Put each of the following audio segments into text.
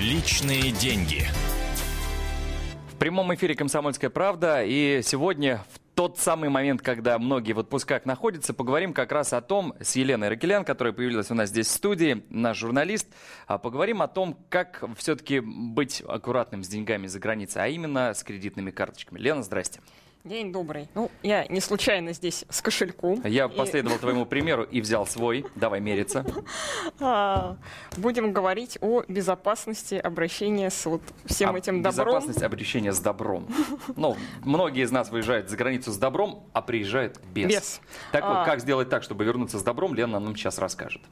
Личные деньги. В прямом эфире «Комсомольская правда». И сегодня, в тот самый момент, когда многие в отпусках находятся, поговорим как раз о том, с Еленой Ракелян, которая появилась у нас здесь в студии, наш журналист, поговорим о том, как все-таки быть аккуратным с деньгами за границей, а именно с кредитными карточками. Лена, здрасте. День добрый. Я не случайно здесь с кошельком. Я последовал твоему примеру и взял свой. Давай мериться. Будем говорить о безопасности обращения с всем этим добром. Безопасность обращения с добром. Многие из нас выезжают за границу с добром, а приезжают без. Так вот, как сделать так, чтобы вернуться с добром, Лена нам сейчас расскажет.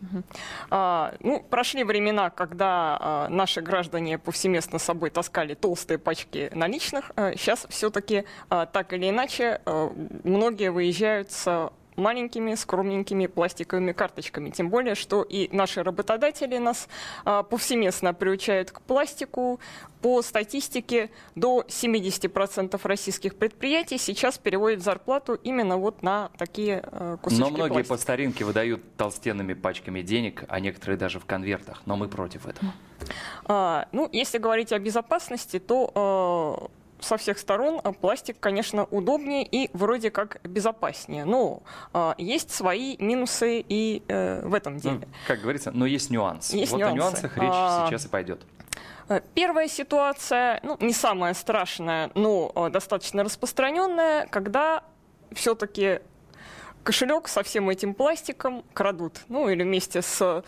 Прошли времена, когда наши граждане повсеместно с собой таскали толстые пачки наличных. Сейчас все-таки так или иначе, многие выезжают с маленькими, скромненькими пластиковыми карточками. Тем более, что и наши работодатели нас повсеместно приучают к пластику. По статистике, до 70% российских предприятий сейчас переводят зарплату именно на такие кусочки Но многие пластика. по старинке выдают толстенными пачками денег, а некоторые даже в конвертах. Но мы против этого. Если говорить о безопасности, то со всех сторон пластик, конечно, удобнее и вроде как безопаснее. Но есть свои минусы и в этом деле. Как говорится, но есть нюансы. Есть О нюансах речь сейчас и пойдет. Первая ситуация, не самая страшная, но достаточно распространенная, когда все-таки кошелек со всем этим пластиком крадут. Или вместе с...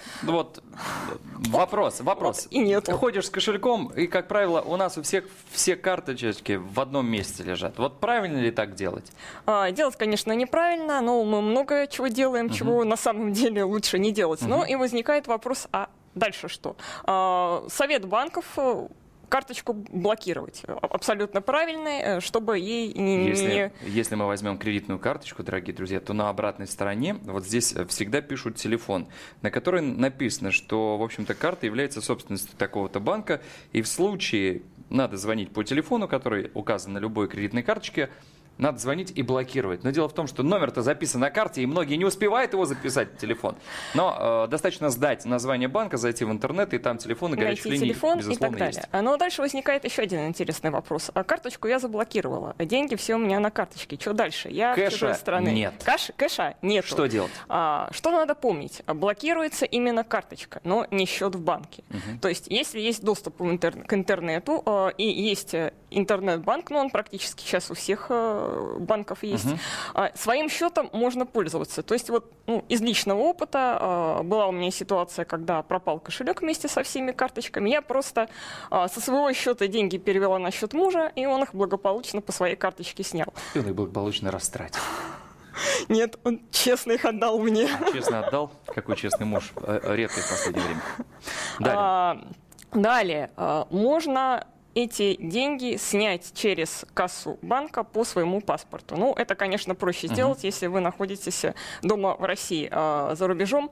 Вопрос. И нет. Ты ходишь с кошельком, и, как правило, у нас у всех все карточки в одном месте лежат. Вот правильно ли так делать? Делать, конечно, неправильно, но мы много чего делаем, чего на самом деле лучше не делать. Но и возникает вопрос, а дальше что? Совет банков... карточку блокировать. Абсолютно правильный, чтобы ей Если мы возьмем кредитную карточку, дорогие друзья, то на обратной стороне вот здесь всегда пишут телефон, на который написано, что, в общем-то, карта является собственностью такого-то банка, и в случае надо звонить по телефону, который указан на любой кредитной карточке, надо звонить и блокировать. Но дело в том, что номер-то записан на карте, и многие не успевают его записать в телефон. Но достаточно сдать название банка, зайти в интернет, и там телефоы горячих линий, безусловно, есть. Но дальше возникает еще один интересный вопрос. Карточку я заблокировала. Деньги все у меня на карточке. Что дальше? Я Кэша в чужой стране. нет. Кэша нет. Что делать? Что надо помнить? Блокируется именно карточка, но не счет в банке. То есть, если есть доступ к интернету и есть интернет-банк, но он практически сейчас у всех банков есть, своим счетом можно пользоваться. То есть из личного опыта была у меня ситуация, когда пропал кошелек вместе со всеми карточками. Я просто со своего счета деньги перевела на счет мужа, и он их благополучно по своей карточке снял. И он их благополучно растратил. Нет, он честно их отдал мне. Честно отдал? Какой честный муж. Редко в последнее время. Далее. Можно эти деньги снять через кассу банка по своему паспорту. Это, конечно, проще сделать, если вы находитесь дома в России. За рубежом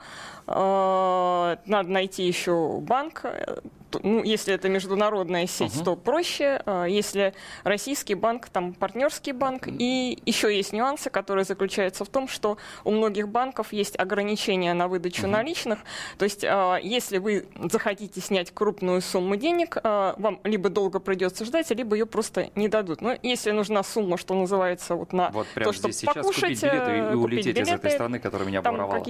надо найти еще банк. Если это международная сеть, то проще. Если российский банк, там партнерский банк. И еще есть нюансы, которые заключаются в том, что у многих банков есть ограничения на выдачу наличных. То есть, если вы захотите снять крупную сумму денег, вам либо долго придется ждать, либо ее просто не дадут. Но если нужна сумма, что называется, на то, чтобы покушать, купить билеты и улететь из этой страны, которая меня обворовала.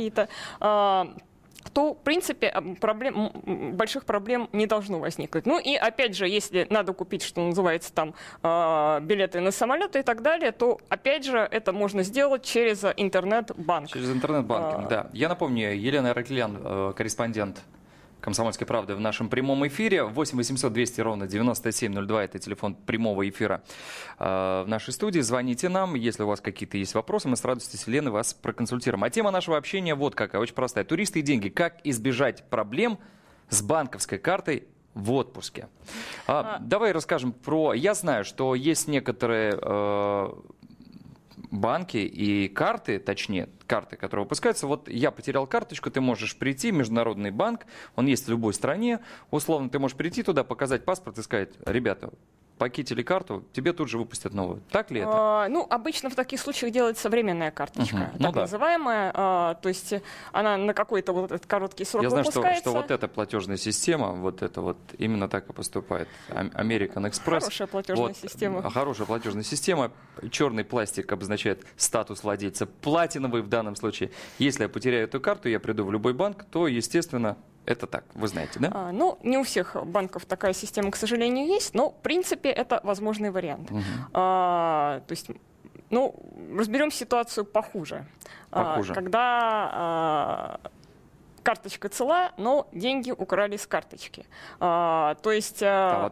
То, в принципе, больших проблем не должно возникнуть. И, опять же, если надо купить, что называется, билеты на самолеты и так далее, то, опять же, это можно сделать через интернет-банк. Через интернет-банкинг, да. Я напомню, Елена Ракелян, корреспондент «Комсомольской правды» в нашем прямом эфире. 8 800 200 ровно 9702. Это телефон прямого эфира в нашей студии. Звоните нам, если у вас какие-то есть вопросы. Мы с радостью с Еленой вас проконсультируем. А тема нашего общения вот какая, очень простая. Туристы и деньги. Как избежать проблем с банковской картой в отпуске? Давай расскажем про... Я знаю, что есть некоторые... банки и карты, точнее, карты, которые выпускаются. Я потерял карточку, ты можешь прийти, международный банк, он есть в любой стране, условно, ты можешь прийти туда, показать паспорт и сказать: ребята, покетили карту, тебе тут же выпустят новую. Так ли это? Обычно в таких случаях делается временная карточка, так называемая. То есть она на какой-то вот этот короткий срок выпускается. Я знаю, что вот эта платежная система, вот это вот именно так и поступает. American Express. Хорошая платежная система. Хорошая платежная система. Черный пластик обозначает статус владельца. Платиновый в данном случае. Если я потеряю эту карту, я приду в любой банк, то, естественно, это так, вы знаете, да? Не у всех банков такая система, к сожалению, есть, но, в принципе, это возможный вариант. То есть, разберем ситуацию похуже. Когда карточка цела, но деньги украли с карточки. То есть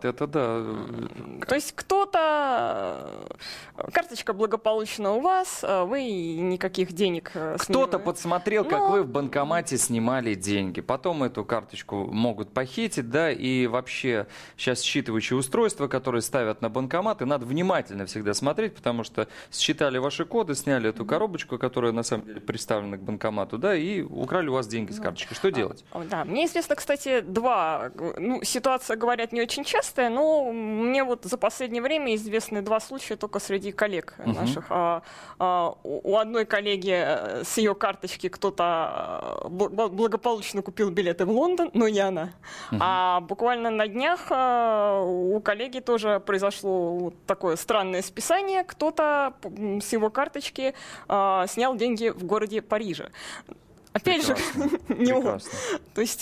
кто-то... Карточка благополучно у вас, вы никаких денег... Кто-то подсмотрел, как вы в банкомате снимали деньги. Потом эту карточку могут похитить, да, и вообще сейчас считывающие устройства, которые ставят на банкоматы, надо внимательно всегда смотреть, потому что считали ваши коды, сняли эту коробочку, которая на самом деле приставлена к банкомату, да, и украли у вас деньги с карточки. Что делать? Да, мне известно, кстати, ситуация, говорят, не очень частая, но мне вот за последнее время известны 2 случая только среди коллег наших. У одной коллеги с ее карточки кто-то благополучно купил билеты в Лондон, но не она. А буквально на днях у коллеги тоже произошло вот такое странное списание. Кто-то с его карточки снял деньги в городе Париже. Опять же, не могу. То есть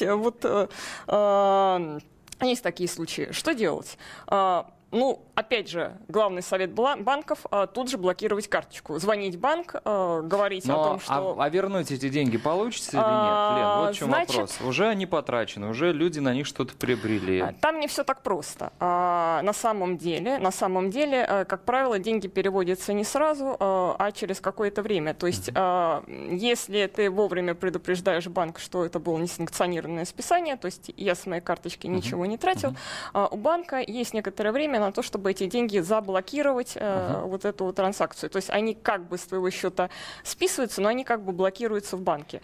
есть такие случаи. Что делать? Опять же, главный совет банков тут же блокировать карточку. Звонить в банк, говорить о том, что... А вернуть эти деньги получится или нет, Лен? Вот в чем вопрос. Уже они потрачены, уже люди на них что-то приобрели. Там не все так просто. На самом деле, как правило, деньги переводятся не сразу, а через какое-то время. То есть, если ты вовремя предупреждаешь банк, что это было несанкционированное списание, то есть я с моей карточки ничего не тратил, у банка есть некоторое время на то, чтобы эти деньги заблокировать, вот эту транзакцию. То есть они как бы с твоего счета списываются, но они как бы блокируются в банке.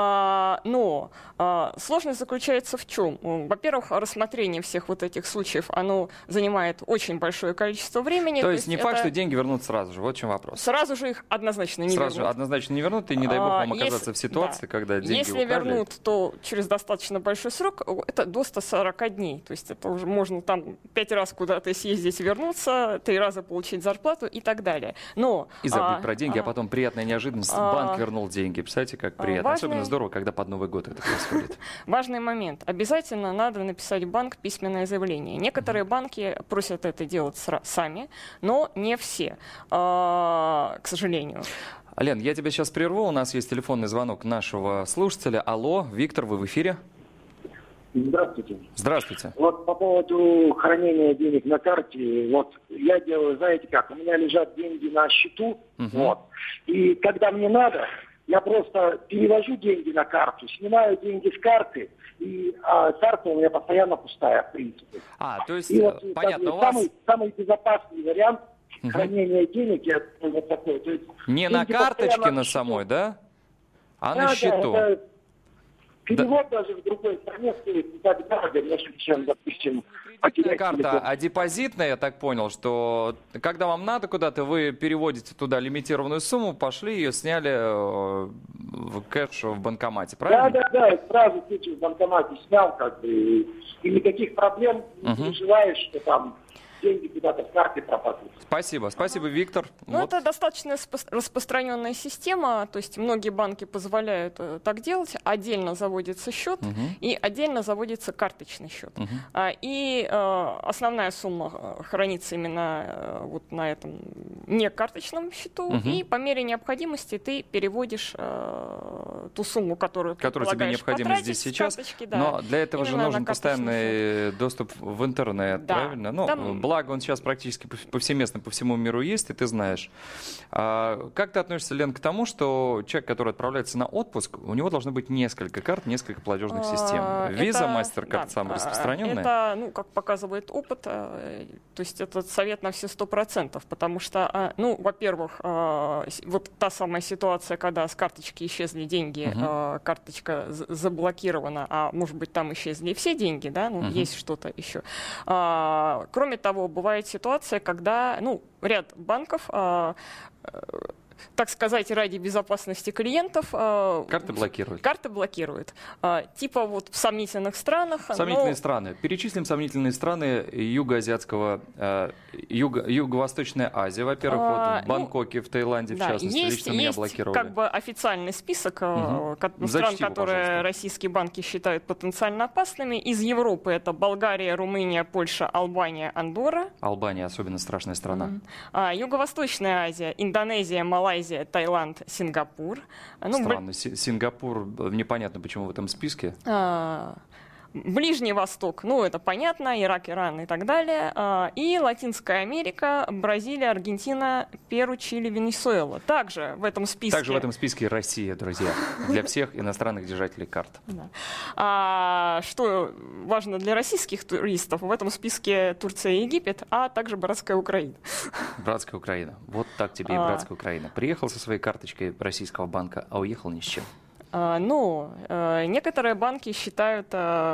Но сложность заключается в чем? Во-первых, рассмотрение всех вот этих случаев, оно занимает очень большое количество времени. То есть не факт, что деньги вернут сразу же. Вот в чем вопрос. Сразу же их однозначно не вернут. Однозначно не вернут, и не дай бог вам оказаться в ситуации, когда деньги Если вернут, то через достаточно большой срок, это до 140 дней. То есть это уже можно там 5 раз куда-то съездить, вернуться, 3 раза получить зарплату и так далее. И забыть про деньги, а потом приятная неожиданность, банк вернул деньги. Представляете, как приятно. Особенно здорово, когда под Новый год это происходит. Важный момент. Обязательно надо написать в банк письменное заявление. Некоторые банки просят это делать сами, но не все, к сожалению. Лен, я тебя сейчас прерву. У нас есть телефонный звонок нашего слушателя. Алло, Виктор, вы в эфире? Здравствуйте. Здравствуйте. Вот по поводу хранения денег на карте, вот я делаю, знаете как, у меня лежат деньги на счету, и когда мне надо, я просто перевожу деньги на карту, снимаю деньги с карты, и карта у меня постоянно пустая, в принципе. То есть, и вот, понятно, у вас... самый безопасный вариант хранения денег, я вот такой. То есть, не на карточке на самой, да? А на счету. Перевод даже в другой стране стоит не так дорого, чем, допустим, потерять карта, телефон. А депозитная, я так понял, что когда вам надо куда-то, вы переводите туда лимитированную сумму, пошли ее сняли в кэш в банкомате, правильно? Да, сразу в банкомате снял, и никаких проблем не переживаешь, что там деньги куда-то в карте пропадут. Спасибо, Виктор. Это достаточно распространенная система, то есть многие банки позволяют так делать. Отдельно заводится счет и отдельно заводится карточный счет. И основная сумма хранится именно вот на этом некарточном счету, и по мере необходимости ты переводишь ту сумму, которую тебе необходимо здесь сейчас. Карточки, но для этого же нужен постоянный доступ в интернет, правильно? Благо он сейчас практически повсеместно по всему миру есть, и ты знаешь. Как ты относишься, Лен, к тому, что человек, который отправляется на отпуск, у него должно быть несколько карт, несколько платежных систем? Виза, MasterCard самая распространенная? Это, как показывает опыт, то есть это совет на все 100%, потому что, во-первых, вот та самая ситуация, когда с карточки исчезли деньги, деньги, карточка заблокирована, а может быть там исчезли все деньги, да, ну, есть что-то еще. Кроме того, бывает ситуация, когда, ну, ряд банков, так сказать, ради безопасности клиентов... Карты блокируют. Карты блокируют. Типа вот в сомнительных странах... Сомнительные страны. Перечислим сомнительные страны юго-азиатского... Юго-Восточная Азия, во-первых, вот в Бангкоке, в Таиланде, в частности, лично меня блокировали. Есть как бы официальный список стран, которые российские банки считают потенциально опасными. Из Европы это Болгария, Румыния, Польша, Албания, Андорра. Албания особенно страшная страна. Юго-Восточная Азия, Индонезия, Малайзия, Таиланд, Сингапур. Странно. Сингапур, непонятно, почему в этом списке. Ближний Восток, ну, это понятно, Ирак, Иран и так далее. И Латинская Америка, Бразилия, Аргентина, Перу, Чили, Венесуэла. Также в этом списке Россия, друзья, для всех иностранных держателей карт. Что важно для российских туристов, в этом списке Турция и Египет, а также братская Украина. Братская Украина. Вот так тебе и братская Украина. Приехал со своей карточкой российского банка, а уехал ни с чем. Некоторые банки считают,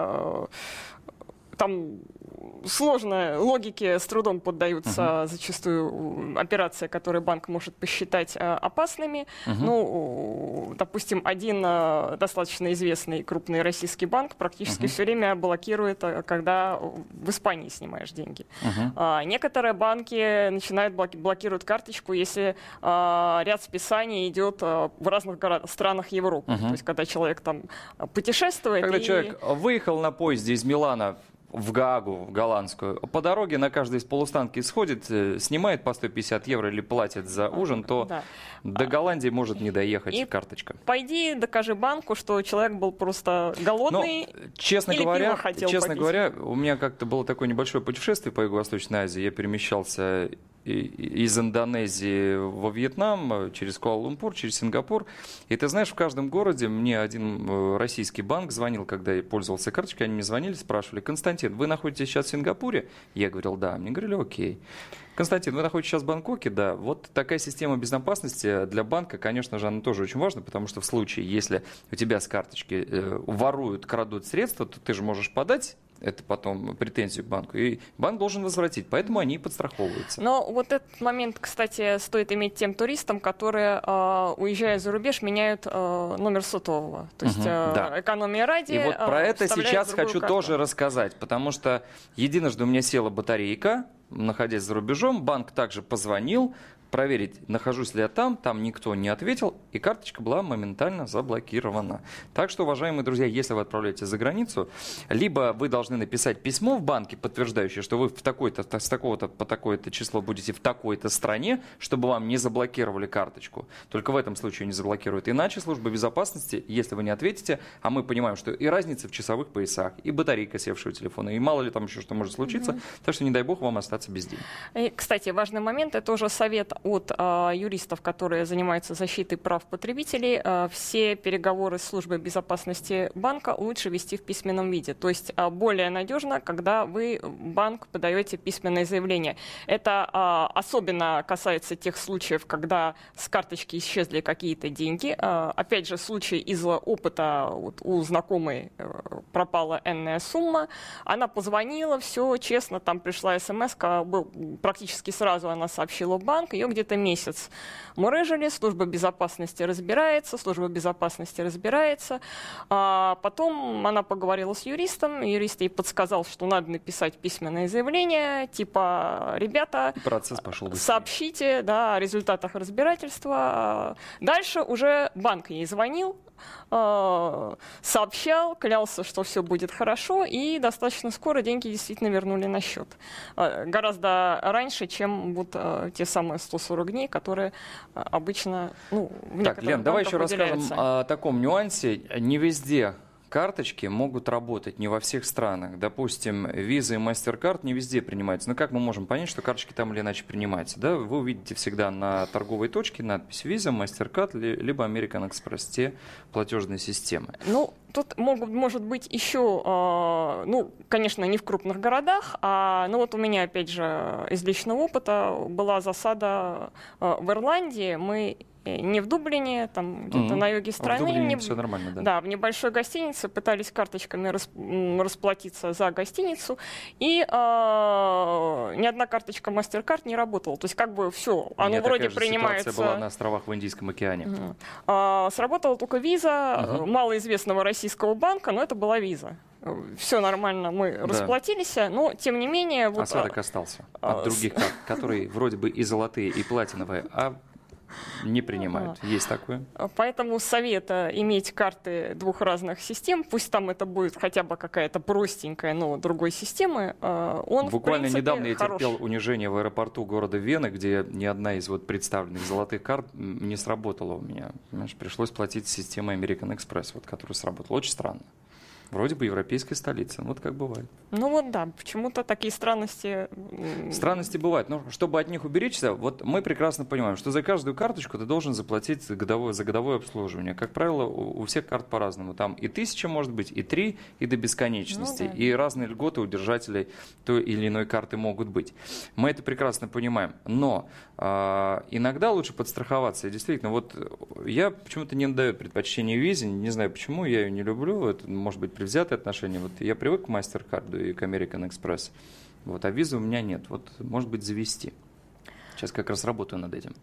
там сложной логике с трудом поддаются зачастую операции, которые банк может посчитать опасными. Ну, допустим, один достаточно известный крупный российский банк практически все время блокирует, когда в Испании снимаешь деньги. Некоторые банки начинают блокировать карточку, если ряд списаний идет в разных странах Европы. То есть, когда человек там путешествует. Когда человек выехал на поезде из Милана в Гаагу, в голландскую, по дороге на каждой из полустанки сходит, снимает по 150 евро или платит за ужин, то до Голландии может не доехать карточка. Пойди докажи банку, что человек был просто голодный. Но, честно говоря, у меня как-то было такое небольшое путешествие по Юго-Восточной Азии. Я перемещался из Индонезии во Вьетнам, через Куала-Лумпур, через Сингапур. И ты знаешь, в каждом городе мне один российский банк звонил, когда я пользовался карточкой, они мне звонили, спрашивали: Константин, вы находитесь сейчас в Сингапуре? Я говорил: да. Мне говорили: окей. Константин, вы находитесь сейчас в Бангкоке? Да. Вот такая система безопасности для банка, конечно же, она тоже очень важна, потому что в случае, если у тебя с карточки воруют, крадут средства, то ты же можешь подать это потом претензию к банку, и банк должен возвратить, поэтому они и подстраховываются. Но вот этот момент, кстати, стоит иметь тем туристам, которые, уезжая за рубеж, меняют номер сотового. То есть экономия ради. И вот про это сейчас хочу тоже рассказать, потому что единожды у меня села батарейка, находясь за рубежом, банк также позвонил, проверить, нахожусь ли я там никто не ответил, и карточка была моментально заблокирована. Так что, уважаемые друзья, если вы отправляетесь за границу, либо вы должны написать письмо в банке, подтверждающее, что вы с такого-то по такое-то число будете в такой-то стране, чтобы вам не заблокировали карточку. Только в этом случае не заблокируют. Иначе служба безопасности, если вы не ответите, а мы понимаем, что и разница в часовых поясах, и батарейка севшего телефона, и мало ли там еще что может случиться, так что не дай бог вам остаться без денег. И, кстати, важный момент, это тоже совет от юристов, которые занимаются защитой прав потребителей. Все переговоры с службой безопасности банка лучше вести в письменном виде. То есть более надежно, когда вы в банк подаете письменное заявление. Это особенно касается тех случаев, когда с карточки исчезли какие-то деньги. Опять же, случай из опыта у знакомой пропала энная сумма. Она позвонила, все честно, там пришла смс-ка, практически сразу она сообщила в банк, ее где-то месяц мурыжили, служба безопасности разбирается. Потом она поговорила с юристом, юрист ей подсказал, что надо написать письменное заявление, типа: ребята, сообщите о результатах разбирательства. Дальше уже банк ей звонил, сообщал, клялся, что все будет хорошо, и достаточно скоро деньги действительно вернули на счет. Гораздо раньше, чем те самые 140 дней, которые обычно в некоторых Лен, давай еще выделяются. Расскажем о таком нюансе. Не везде карточки могут работать, не во всех странах. Допустим, Visa и MasterCard не везде принимаются. Но как мы можем понять, что карточки там или иначе принимаются? Да? Вы увидите всегда на торговой точке надпись Visa, MasterCard, либо American Express, те платежные системы. Тут может быть еще, ну, конечно, не в крупных городах, ну вот у меня, опять же, из личного опыта была засада в Ирландии. Мы не в Дублине, там где-то на юге страны. В Дублине все нормально, да. Да, в небольшой гостинице пытались карточками расплатиться за гостиницу, и ни одна карточка MasterCard не работала. То есть как бы все, оно вроде принимается... Ситуация была на островах в Индийском океане. Сработала только виза малоизвестного российского банка, но это была виза. Все нормально, мы расплатились, но тем не менее... Вот, осадок остался от других карт, которые вроде бы и золотые, и платиновые, а не принимают. Есть такое. Поэтому совет иметь карты двух разных систем, пусть там это будет хотя бы какая-то простенькая, но другой системы, он буквально в принципе, недавно я хорош. терпел унижение в аэропорту города Вены, где ни одна из вот представленных золотых карт не сработала у меня. Понимаешь, пришлось платить системой American Express, вот, которая сработала. Очень странно. Вроде бы европейская столица. Вот как бывает. Ну вот да, почему-то такие странности... Странности бывают. Но чтобы от них уберечься, вот мы прекрасно понимаем, что за каждую карточку ты должен заплатить за годовое обслуживание. Как правило, у всех карт по-разному. Там и 1000 может быть, и 3, и до бесконечности. Ну, да. И разные льготы у держателей той или иной карты могут быть. Мы это прекрасно понимаем. Но иногда лучше подстраховаться. И действительно, вот я почему-то не даю предпочтение визе. Не знаю почему, я ее не люблю. Это может быть предвзятое отношение. Вот я привык к MasterCard и к American Express, вот, а визы у меня нет. Вот, может быть, завести. Сейчас как раз работаю над этим.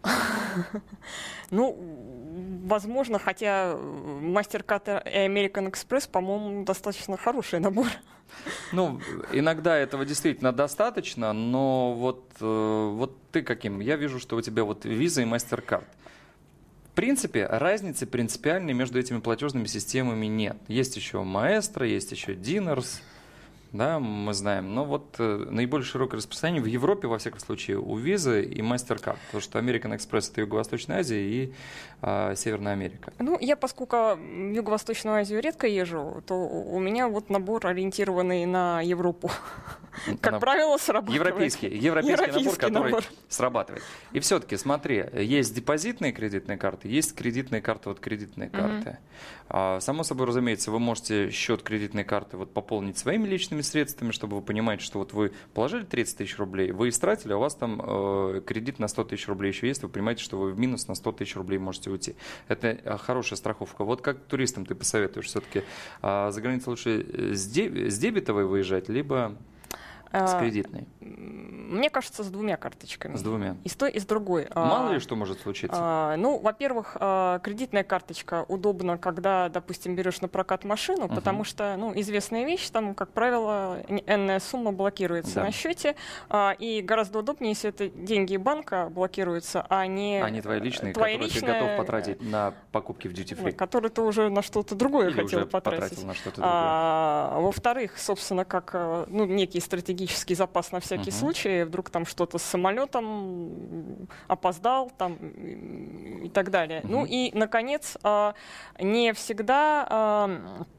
Ну, возможно, хотя MasterCard и American Express, по-моему, достаточно хороший набор. Ну, иногда этого действительно достаточно, но вот ты каким? Я вижу, что у тебя вот виза и MasterCard. В принципе, разницы принципиальной между этими платежными системами нет. Есть еще Maestro, есть еще Diners, да, мы знаем. Но вот наиболее широкое распространение в Европе, во всяком случае, у Visa и MasterCard. Потому что American Express — это Юго-Восточная Азия и Северная Америка. Ну, я, поскольку в Юго-Восточную Азию редко езжу, то у меня вот набор, ориентированный на Европу. Как правило, срабатывает. Европейский набор, который срабатывает. И все-таки, смотри, есть депозитные кредитные карты, есть кредитные карты, вот кредитные карты. Само собой, разумеется, вы можете счет кредитной карты вот пополнить своими личными средствами, чтобы вы понимаете, что вот вы положили 30 тысяч рублей, вы истратили, а у вас там кредит на 100 тысяч рублей еще есть, вы понимаете, что вы в минус на 100 тысяч рублей можете уйти. Это хорошая страховка. Вот как туристам ты посоветуешь все-таки за границу лучше с дебетовой выезжать, либо с кредитной? Мне кажется, с двумя карточками. С двумя. И с той, и с другой. Мало ли что может случиться? Ну, во-первых, кредитная карточка удобна, когда, допустим, берешь на прокат машину, потому что, ну, известная вещь, там, как правило, энная сумма блокируется на счете, и гораздо удобнее, если это деньги банка блокируются, а не твои личные, которые ты готов потратить на покупки в duty-free. Которые ты уже на что-то другое или хотел уже потратить. Потратил на что-то другое. Во-вторых, собственно, как некий стратегический запас на всякий случай, вдруг там что-то с самолетом опоздал там, и так далее. Ну и, наконец, не всегда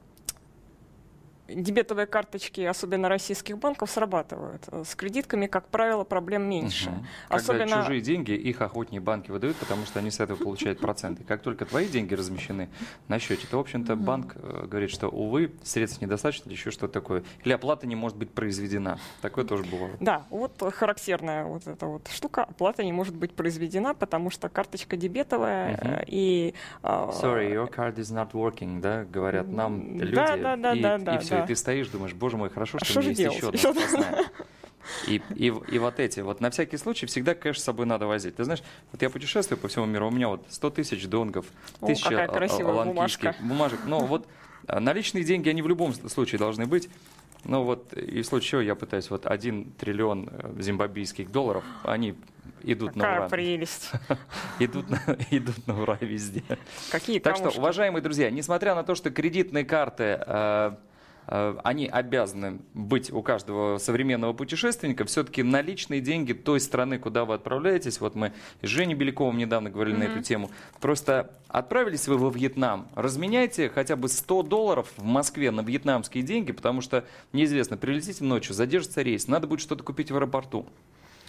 дебетовые карточки, особенно российских банков, срабатывают. С кредитками, как правило, проблем меньше. Когда чужие деньги, их охотнее банки выдают, потому что они с этого получают проценты. Как только твои деньги размещены на счете, то, в общем-то, банк говорит, что, увы, средств недостаточно, или еще что-то такое. Или оплата не может быть произведена. Такое тоже бывает. Да, вот характерная вот эта вот штука. Оплата не может быть произведена, потому что карточка дебетовая и... Sorry, your card is not working, да, говорят нам люди. И все. И ты стоишь, думаешь, боже мой, хорошо, что у меня есть еще одна запасная. И вот эти, вот на всякий случай всегда кэш с собой надо возить. Ты знаешь, вот я путешествую по всему миру, у меня вот 100 тысяч донгов, 1000 ланкийских бумажек. Но вот наличные деньги, они в любом случае должны быть. Ну вот, и в случае чего я пытаюсь, вот 1 триллион зимбабвийских долларов, они идут на ура. Какая прелесть. Идут на ура везде. Какие так что, уважаемые друзья, несмотря на то, что кредитные карты... они обязаны быть у каждого современного путешественника, все-таки наличные деньги той страны, куда вы отправляетесь, вот мы с Женей Беляковым недавно говорили на эту тему, просто отправились вы во Вьетнам, разменяйте хотя бы $100 в Москве на вьетнамские деньги, потому что неизвестно, прилетите ночью, задержится рейс, надо будет что-то купить в аэропорту.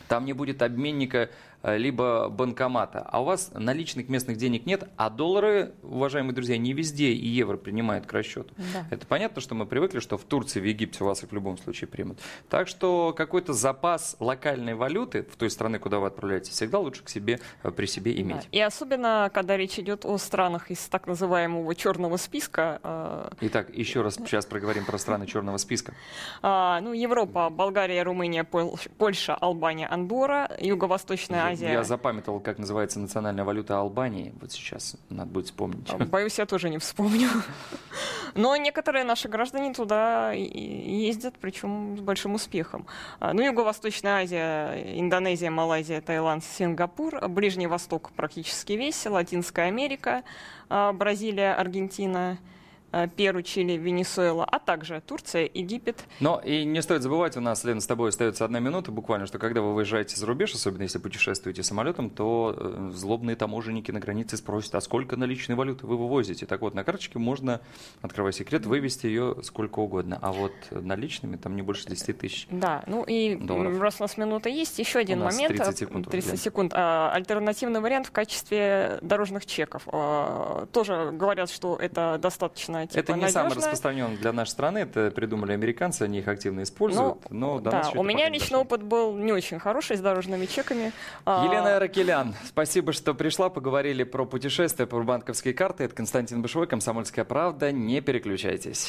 там не будет обменника либо банкомата, а у вас наличных местных денег нет, а доллары, уважаемые друзья, не везде и евро принимают к расчету. Да. Это понятно, что мы привыкли, что в Турции, в Египте у вас их в любом случае примут. Так что какой-то запас локальной валюты в той стране, куда вы отправляетесь, всегда лучше при себе иметь. Да. И особенно, когда речь идет о странах из так называемого черного списка. Итак, еще раз сейчас проговорим про страны черного списка. Европа, Болгария, Румыния, Польша, Албания, Андорра, Юго-Восточная Азия. Я запамятовал, как называется национальная валюта Албании. Вот сейчас надо будет вспомнить. Боюсь, я тоже не вспомню. Но некоторые наши граждане туда ездят, причем с большим успехом. Юго-Восточная Азия, Индонезия, Малайзия, Таиланд, Сингапур, Ближний Восток практически весь, Латинская Америка, Бразилия, Аргентина, Перу, Чили, Венесуэла, а также Турция, Египет. Но и не стоит забывать, у нас, Лена, с тобой остается 1 минута буквально, что когда вы выезжаете за рубеж, особенно если путешествуете самолетом, то злобные таможенники на границе спросят, а сколько наличной валюты вы вывозите? Так вот, на карточке можно, открывая секрет, вывести ее сколько угодно, а вот наличными там не больше 10 тысяч долларов. Раз у нас минута есть, еще один момент. 30 секунд. 30 секунд. Альтернативный вариант в качестве дорожных чеков. Тоже говорят, что это достаточно это не самый распространенный для нашей страны, это придумали американцы, они их активно используют. У меня личный опыт был не очень хороший с дорожными чеками. Елена Аракелян, спасибо, что пришла, поговорили про путешествия, про банковские карты. Это Константин Бышевой, «Комсомольская правда». Не переключайтесь.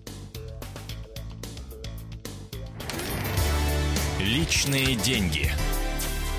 Личные деньги.